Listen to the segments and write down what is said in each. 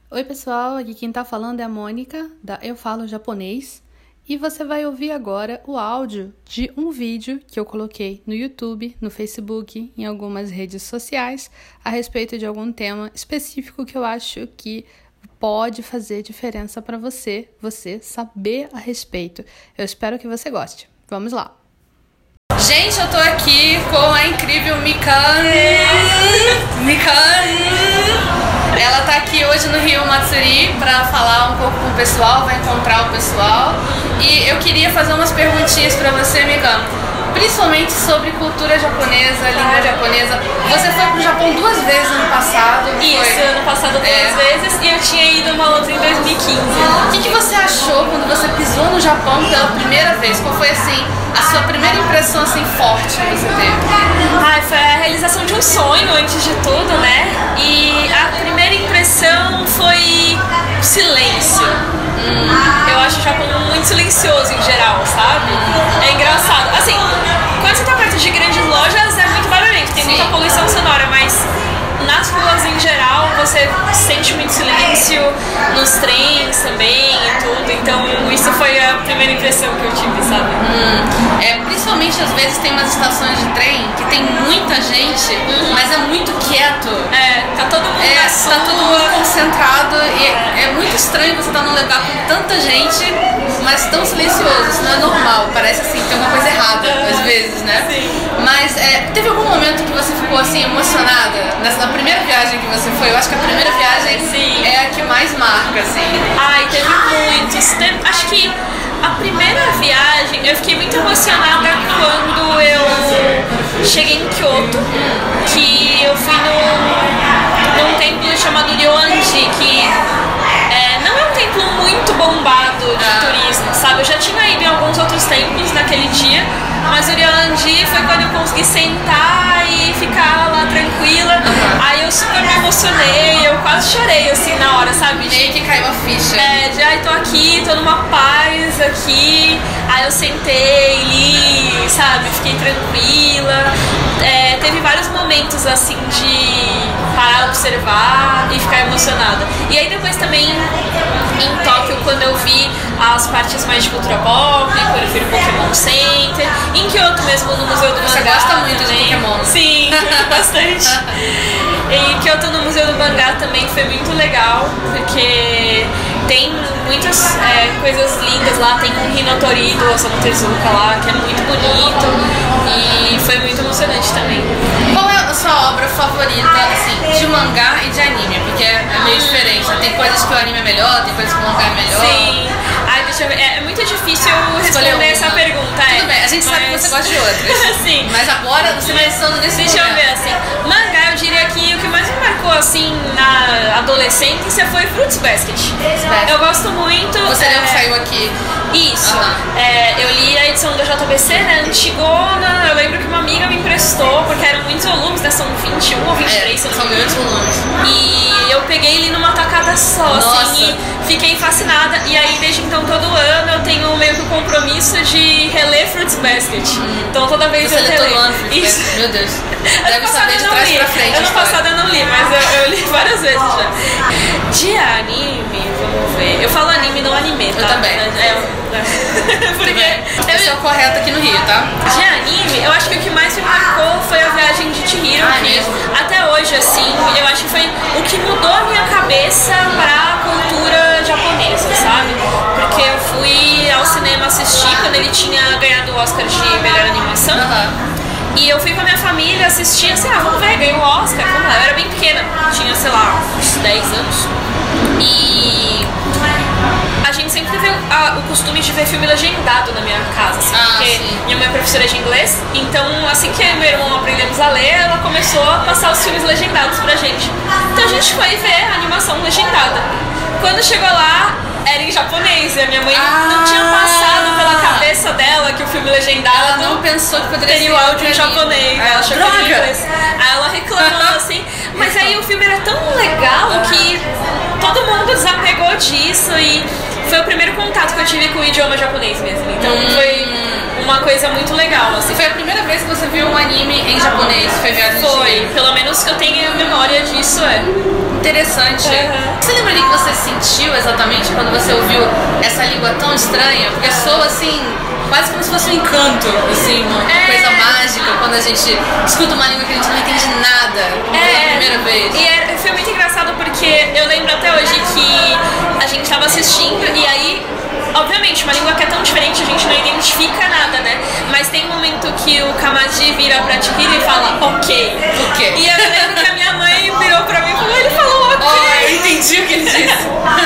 Oi pessoal, aqui quem tá falando é a Mônica, da Eu Falo Japonês, e você vai ouvir agora o áudio de um vídeo que eu coloquei no YouTube, no Facebook, em algumas redes sociais, a respeito de algum tema específico que eu acho que pode fazer diferença para você saber a respeito. Eu espero que você goste. Vamos lá! Gente, eu tô aqui com a incrível Mikan. Ela tá aqui hoje no Rio Matsuri pra falar um pouco com o pessoal, vai encontrar o pessoal. E eu queria fazer umas perguntinhas pra você, Mikan. Principalmente sobre cultura japonesa, língua japonesa. Você foi pro Japão 2 vezes no passado? Isso, ano passado 2 vezes, e eu tinha ido uma outra em 2015. O que você achou quando você pisou no Japão pela primeira vez? Qual foi, assim, a sua primeira impressão, assim, forte que você teve? Foi a realização de um sonho, antes de tudo, né? E a primeira impressão foi silêncio. Eu acho o Japão muito silencioso em geral, sabe? É engraçado. Assim, quando você tá perto de grandes lojas é muito barulhento, tem muita poluição sonora, mas nas ruas em geral você sente muito silêncio, nos trens também e tudo, então isso foi a primeira impressão que eu tive, sabe? Principalmente às vezes tem umas estações de trem que tem muita gente, mas é muito quieto. Tá todo mundo na sua. Tá todo mundo concentrado e é muito estranho você estar num lugar com tanta gente, mas tão silencioso, isso não é normal, parece assim, tem uma coisa errada às vezes, né? Sim. Mas teve algum momento que você ficou assim emocionada na primeira viagem que você foi? Eu acho que a primeira viagem é a que mais marca, assim. Teve muitos. Acho que a primeira viagem eu fiquei muito emocionada quando eu cheguei em Kyoto, que eu fui num templo chamado Ryoanji, que não é um templo muito bombado de turismo, sabe? Eu já tinha ido em alguns outros templos naquele dia, mas o Ryoanji foi quando eu consegui sentar e ficar lá tranquila. Aí eu super me emocionei, eu quase chorei assim na hora, sabe? Meio que caiu a ficha. Tô aqui, tô numa paz aqui. Aí eu sentei, li, sabe? Fiquei tranquila. Teve vários momentos assim de parar, observar e ficar emocionada. E aí depois também em Tóquio, quando eu vi as partes mais de cultura pop, quando eu fui no Pokémon Center, em Kyoto mesmo, no Museu do Mangá. Você gosta muito também. de Pokémon? Sim, bastante. Em Kyoto, no Museu do Mangá também foi muito legal, porque tem muitas coisas lindas lá, tem um Hinotori do Osamu Tezuka lá, que é muito bonito, e foi muito emocionante também. Qual é a sua obra favorita, assim, de mangá e de anime? Porque é meio diferente, né? Tem coisas que o anime é melhor, tem coisas que o mangá é melhor. Sim. Deixa eu ver. É muito difícil responder essa pergunta. Tudo bem, a gente sabe que você gosta de outras. Sim. Mas agora você pensando nesse Deixa eu ver, assim, mangá, eu diria que o que mais me marcou, assim, na adolescência foi Fruits Basket. Eu gosto muito. Você leu que saiu aqui? Isso. Eu li a edição da JBC, né, antigona. Eu lembro que uma amiga me emprestou, porque eram muitos volumes, né, são 21 ou 23, são muitos volumes. E eu peguei ele numa tacada só, assim, e fiquei fascinada. E aí, desde então, todo ano eu tenho meio que o compromisso de reler Fruits Basket. Então toda vez você eu releio. Todo ano, Isso. Meu Deus. Deve saber de trás pra frente. Ano passado eu não li, mas eu li várias vezes já. De anime, vamos ver. Eu falo anime, não anime, tá? Eu também. Porque eu sou correta aqui no Rio, tá? De anime, eu acho que o que mais me marcou foi a viagem de Chihiro. Mesmo? Até hoje, assim, eu acho que foi o que mudou a minha cabeça pra cultura japonesa, sabe? Porque eu fui ao cinema assistir quando ele tinha ganhado o Oscar de melhor animação. E eu fui com a minha família assistir, assim, vamos ver, ganhou o Oscar, vamos lá. Eu era bem pequena, tinha, sei lá, uns 10 anos. E a gente sempre teve o costume de ver filme legendado na minha casa, assim, porque minha mãe é professora de inglês, então assim que eu e meu irmão aprendemos a ler, ela começou a passar os filmes legendados pra gente. Então a gente foi ver a animação legendada. Quando chegou lá, era em japonês, e a minha mãe não tinha passado pela cabeça dela que o filme legendado ela não pensou que poderia ter o áudio em japonês. Ela achou que era em inglês. Aí ela reclamou assim, mas aí o filme era tão legal que todo mundo desapegou disso e foi o primeiro contato que eu tive com o idioma japonês mesmo. Então foi uma uma coisa muito legal, assim. Foi a primeira vez que você viu um anime em japonês? Foi, pelo menos que eu tenha memória disso, Interessante. Você lembra ali que você sentiu exatamente quando você ouviu essa língua tão estranha? Porque soa assim, quase como se fosse um encanto, assim, uma coisa mágica, quando a gente escuta uma língua que a gente não entende nada pela primeira vez. E foi muito engraçado porque eu lembro até hoje que a gente tava assistindo e aí, obviamente, uma língua que é tão diferente, a gente não identifica nada, né? Mas tem um momento que o Kamaji vira pra Chihiro e fala, ok. E eu lembro que a minha mãe virou pra mim e falou, ele falou ok. Oh, eu entendi o que ele disse.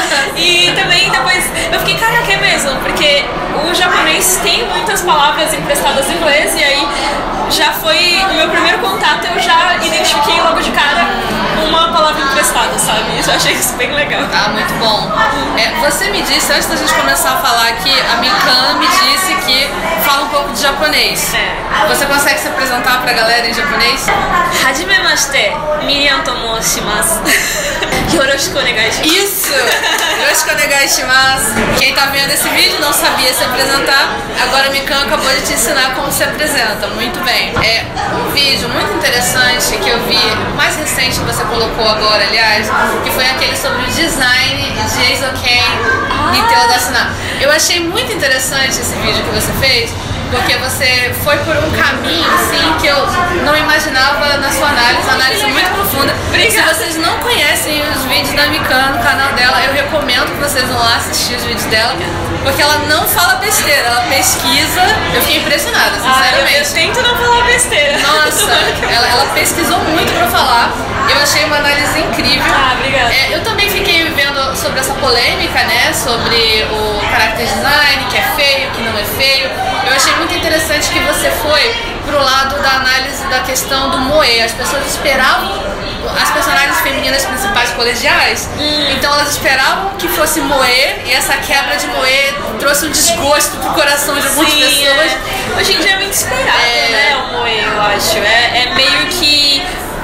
E também depois eu fiquei, caraca, é mesmo, porque o japonês tem muitas palavras emprestadas em inglês e aí já foi o meu primeiro contato, eu já identifiquei logo de cara uma palavra emprestada, sabe? Eu achei isso bem legal. Ah, muito bom. Você me disse, antes da gente começar a falar aqui, a Mikan me disse que fala um pouco de japonês. Você consegue se apresentar pra galera em japonês? Hajimemashite, Miriam to moshimasu. Yoroshiku onegai shimasu. Isso! Yoroshiku onegai shimasu. Quem tá vendo esse vídeo não sabia se apresentar, agora a Mikan acabou de te ensinar como se apresenta. Muito bem. Um vídeo muito interessante que eu vi, mais recente que você colocou agora, aliás, que foi aquele sobre o design de Eizouken Niteo Dasuna. Eu achei muito interessante esse vídeo que você fez, porque você foi por um caminho, assim, que eu não imaginava na sua análise muito profunda. Obrigada. Se vocês não conhecem os vídeos da Mikan no canal dela, eu recomendo que vocês vão lá assistir os vídeos dela, porque ela não fala besteira, ela pesquisa. Eu fiquei impressionada, sinceramente. Eu tento não falar besteira. Nossa, ela pesquisou muito pra falar. Eu achei uma análise incrível. Obrigada. Eu também fiquei vendo sobre essa polêmica, né? Sobre o character design, que é feio, que não é feio. Eu achei muito interessante que você foi pro lado da análise da questão do moe. As pessoas esperavam as personagens femininas principais colegiais, então elas esperavam que fosse moe, e essa quebra de moe trouxe um desgosto pro coração de algumas pessoas. Hoje em dia é muito esperado, né, o moe, eu acho. É meio que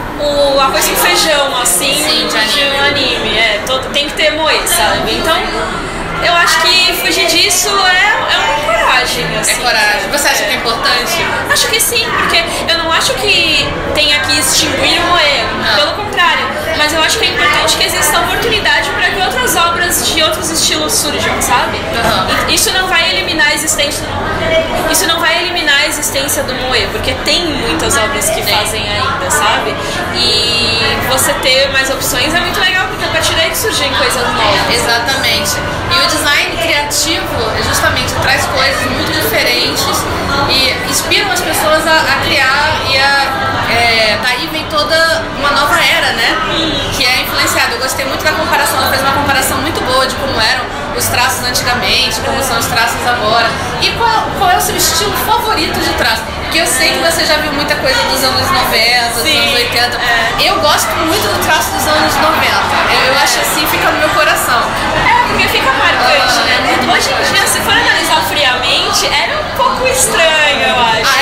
o arroz com feijão, assim, de um anime. Tem que ter moe, sabe? Então, eu acho que fugir disso é uma coragem, assim. É coragem. Você acha que é importante? Acho que sim, porque eu não acho que tenha que extinguir o moe, pelo contrário. Mas eu acho que é importante que exista oportunidade para que outras obras de outros estilos surjam, sabe? Isso não vai eliminar a existência. Isso não vai eliminar a existência do moe, porque tem muitas obras que fazem ainda, sabe? E você ter mais opções é muito legal, porque a partir daí que surgem coisas novas. Exatamente. E o design criativo justamente traz coisas muito diferentes e inspiram as pessoas a criar e daí vem toda uma nova era, né? Que é influenciada. Eu gostei muito da comparação, ela fez uma comparação muito boa de como eram os traços antigamente, como são os traços agora. E qual é o seu estilo favorito de traço? Porque eu sei que você já viu muita coisa dos anos 90, dos anos 80. Eu gosto muito do traço dos anos 90. Eu acho assim, fica no meu coração. Porque fica marcante, né? Hoje em dia, se for analisar friamente, era um pouco estranho, eu acho.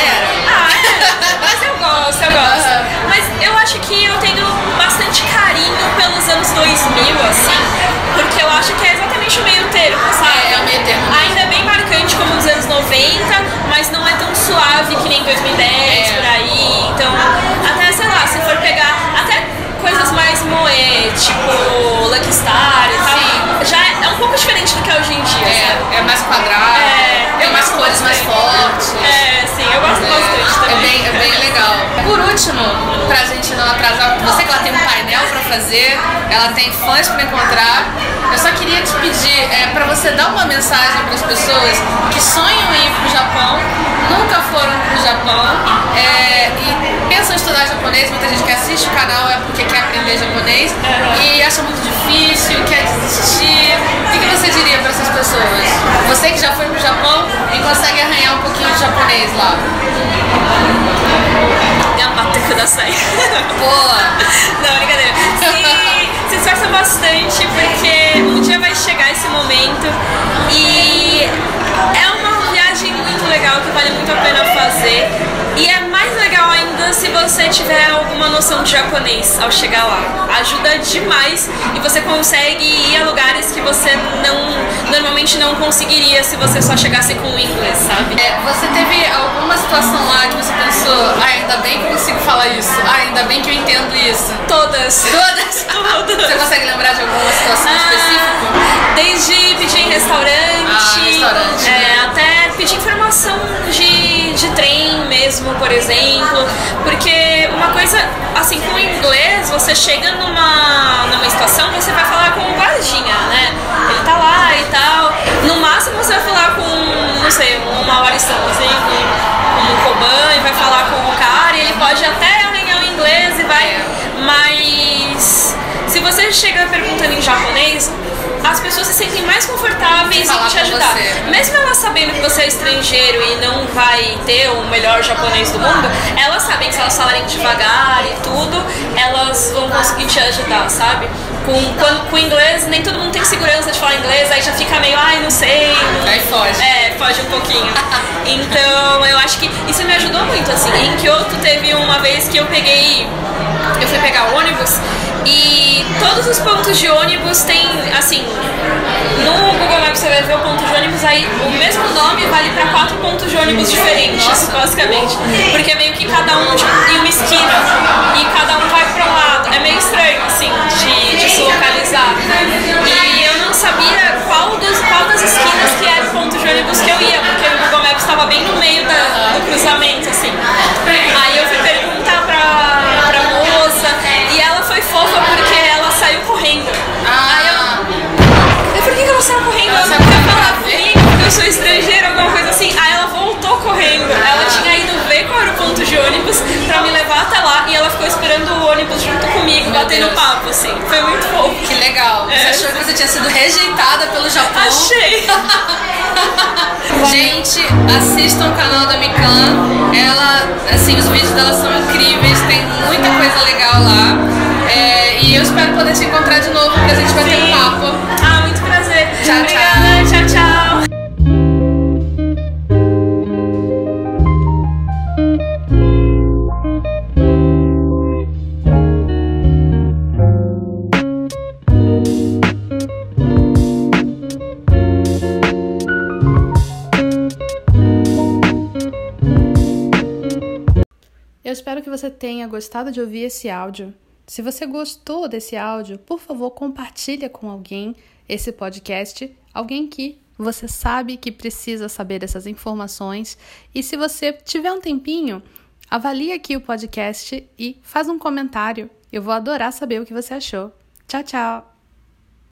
Era? Mas eu gosto. Mas eu acho que eu tenho bastante carinho pelos anos 2000, assim, porque eu acho que é exatamente o meio termo, sabe? É o meio termo. Ainda é bem marcante como os anos 90, mas não é tão suave que nem 2010, por aí. Então, até, sei lá, se for pegar até coisas mais moe, tipo Lucky Star e tal, já é um pouco diferente do que é hoje em dia. É mais quadrado, tem mais cores mais fortes. Sim, eu gosto bastante também. É bem legal. Por último, pra gente não atrasar, você que ela tem um painel pra fazer, ela tem fãs pra encontrar, eu só queria te pedir pra você dar uma mensagem pras pessoas que sonham em ir pro Japão, nunca foram pro Japão e pensam em estudar japonês. Muita gente que assiste o canal é porque quer aprender japonês e acha muito difícil, quer desistir. O que você diria pra essas pessoas? Você que já foi pro Japão e consegue arranhar um pouquinho de japonês lá. Gambatte kudasai. Boa! Não, brincadeira. Se esforça bastante, porque um dia vai chegar esse momento e é uma viagem muito legal que vale muito a pena fazer. E é mais legal ainda se você você tiver alguma noção de japonês ao chegar lá. Ajuda demais e você consegue ir a lugares que você normalmente não conseguiria se você só chegasse com o inglês, sabe? Você teve alguma situação lá que você pensou, ainda bem que eu consigo falar isso, ainda bem que eu entendo isso? Todas. Todas? Você consegue lembrar de alguma situação específica? Desde pedir em restaurante, até pedir informação de trem mesmo, por exemplo, porque uma coisa, assim, com o inglês, você chega numa situação, você vai falar com o guardinha, né? Ele tá lá e tal, no máximo você vai falar com, não sei, uma waristão, assim, com um koban, e vai falar com o cara, e ele pode até arranhar o inglês e vai, mas se você chega perguntando em japonês, as pessoas se sentem mais confortáveis em te ajudar. Mesmo elas sabendo que você é estrangeiro e não vai ter o melhor japonês do mundo, elas sabem que se elas falarem devagar e tudo, elas vão conseguir te ajudar, sabe? Com inglês, nem todo mundo tem segurança de falar inglês, aí já fica meio, não sei. Aí foge. Foge um pouquinho. Então, eu acho que isso me ajudou muito, assim. Em Kyoto teve uma vez que eu fui pegar o ônibus e todos os pontos de ônibus tem, assim, no Google Maps você vai ver o ponto de ônibus, aí o mesmo nome vale para 4 pontos de ônibus diferentes, basicamente. Porque meio que cada um em uma esquina e cada um vai para um lado. É meio estranho, assim, de se localizar. E eu não sabia qual das esquinas que era o ponto de ônibus que eu ia, porque o Google Maps estava bem no meio do cruzamento, assim. Aí eu fui perguntar pra moça e ela foi fofa porque ela saiu correndo. Aí por que ela saiu correndo? Ela não quer falar comigo porque eu sou estrangeira, alguma coisa assim. Aí ela voltou correndo. Ela tinha ido ver qual era o ponto de ônibus pra me levar até lá e ela ficou esperando o ônibus junto comigo, batendo papo, assim. Foi muito fofo. Que legal. Você achou que você tinha sido rejeitada pelo Japão? Achei. Gente, assistam o canal da Mikan. Ela, assim, os vídeos dela são incríveis, tem muita coisa legal lá. E eu espero poder te encontrar de novo pra gente bater um papo. Muito prazer. Tchau, obrigada. Tchau. Eu espero que você tenha gostado de ouvir esse áudio. Se você gostou desse áudio, por favor, compartilha com alguém esse podcast, alguém que você sabe que precisa saber dessas informações. E se você tiver um tempinho, avalie aqui o podcast e faz um comentário. Eu vou adorar saber o que você achou. Tchau, tchau!